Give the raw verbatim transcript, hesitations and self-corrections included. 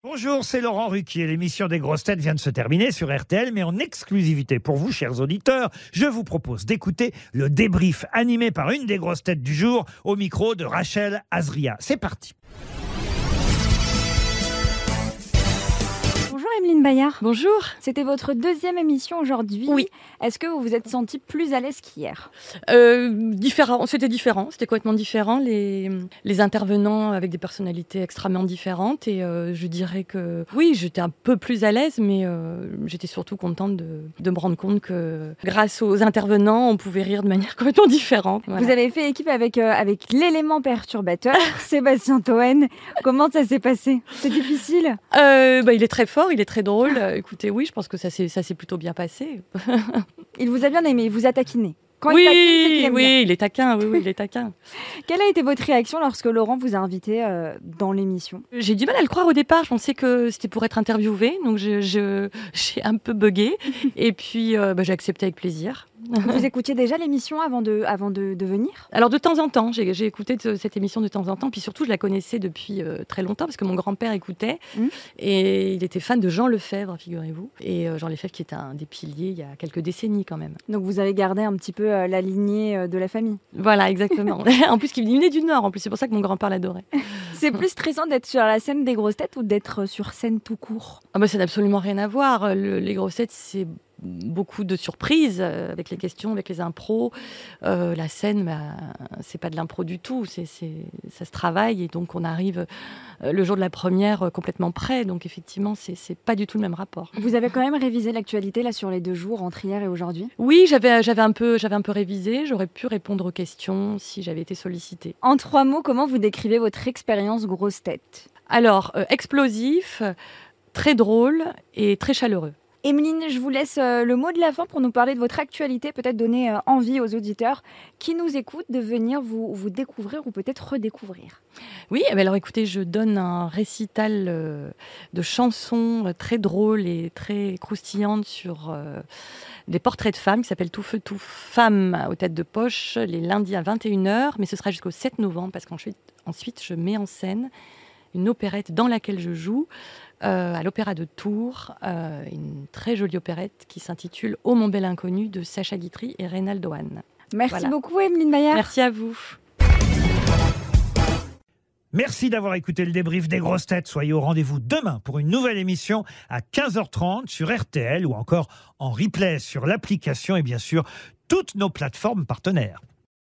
Bonjour, c'est Laurent Ruquier. L'émission des grosses têtes vient de se terminer sur R T L, mais en exclusivité pour vous, chers auditeurs, je vous propose d'écouter le débrief animé par une des grosses têtes du jour au micro de Rachel Azria. C'est parti. Bonjour Emeline Bayard. Bonjour. C'était votre deuxième émission aujourd'hui. Oui. Est-ce que vous vous êtes sentie plus à l'aise qu'hier ? Euh, différent, c'était différent, c'était complètement différent. Les, les intervenants avec des personnalités extrêmement différentes. Et euh, je dirais que oui, j'étais un peu plus à l'aise, mais euh, j'étais surtout contente de, de me rendre compte que grâce aux intervenants, on pouvait rire de manière complètement différente. Voilà. Vous avez fait équipe avec, euh, avec l'élément perturbateur, Sébastien Toen. Comment ça s'est passé ? C'est difficile ? euh, bah, Il est très fort, il est très drôle. Euh, écoutez, oui, je pense que ça s'est, ça s'est plutôt bien passé. Il vous a bien aimé, il vous a taquiné. Quand oui, il taquine, c'est qu'il aime oui, bien. il est taquin, oui, oui, il est taquin. Quelle a été votre réaction lorsque Laurent vous a invité euh, dans l'émission ? J'ai du mal à le croire au départ. Je pensais que c'était pour être interviewée, donc je, je, j'ai un peu bugué. Et puis, euh, bah, j'ai accepté avec plaisir. Vous écoutiez déjà l'émission avant de, avant de, de venir ? Alors de temps en temps, j'ai, j'ai écouté de, cette émission de temps en temps, puis surtout je la connaissais depuis euh, très longtemps parce que mon grand-père écoutait mmh. et il était fan de Jean Lefebvre, figurez-vous. Et euh, Jean Lefebvre qui était un des piliers il y a quelques décennies quand même. Donc vous avez gardé un petit peu euh, la lignée euh, de la famille. Voilà, exactement. En plus, il venait du Nord, en plus c'est pour ça que mon grand-père l'adorait. C'est plus stressant d'être sur la scène des grosses têtes ou d'être sur scène tout court ? Ah bah, ça n'a absolument rien à voir. Le, les grosses têtes, c'est beaucoup de surprises euh, avec les questions, avec les impros. Euh, la scène, bah, c'est pas de l'impro du tout. C'est, c'est, ça se travaille et donc on arrive euh, le jour de la première euh, complètement prêt. Donc effectivement, c'est, c'est pas du tout le même rapport. Vous avez quand même révisé l'actualité là sur les deux jours, entre hier et aujourd'hui ? Oui, j'avais, j'avais, un peu, j'avais un peu révisé. J'aurais pu répondre aux questions si j'avais été sollicitée. En trois mots, comment vous décrivez votre expérience grosse tête ? Alors, euh, explosif, très drôle et très chaleureux. Emeline, je vous laisse le mot de la fin pour nous parler de votre actualité, peut-être donner envie aux auditeurs qui nous écoutent de venir vous, vous découvrir ou peut-être redécouvrir. Oui, alors écoutez, je donne un récital de chansons très drôles et très croustillantes sur euh, des portraits de femmes qui s'appellent Tout feu, tout femme aux têtes de poche, les lundis à vingt et une heures, mais ce sera jusqu'au sept novembre parce qu'ensuite ensuite, je mets en scène une opérette dans laquelle je joue, euh, à l'Opéra de Tours, euh, une très jolie opérette qui s'intitule Ô mon bel inconnu de Sacha Guitry et Reynald Ohan. Merci voilà. beaucoup Emeline Bayard. Merci à vous. Merci d'avoir écouté le débrief des grosses têtes. Soyez au rendez-vous demain pour une nouvelle émission à quinze heures trente sur R T L ou encore en replay sur l'application et bien sûr toutes nos plateformes partenaires.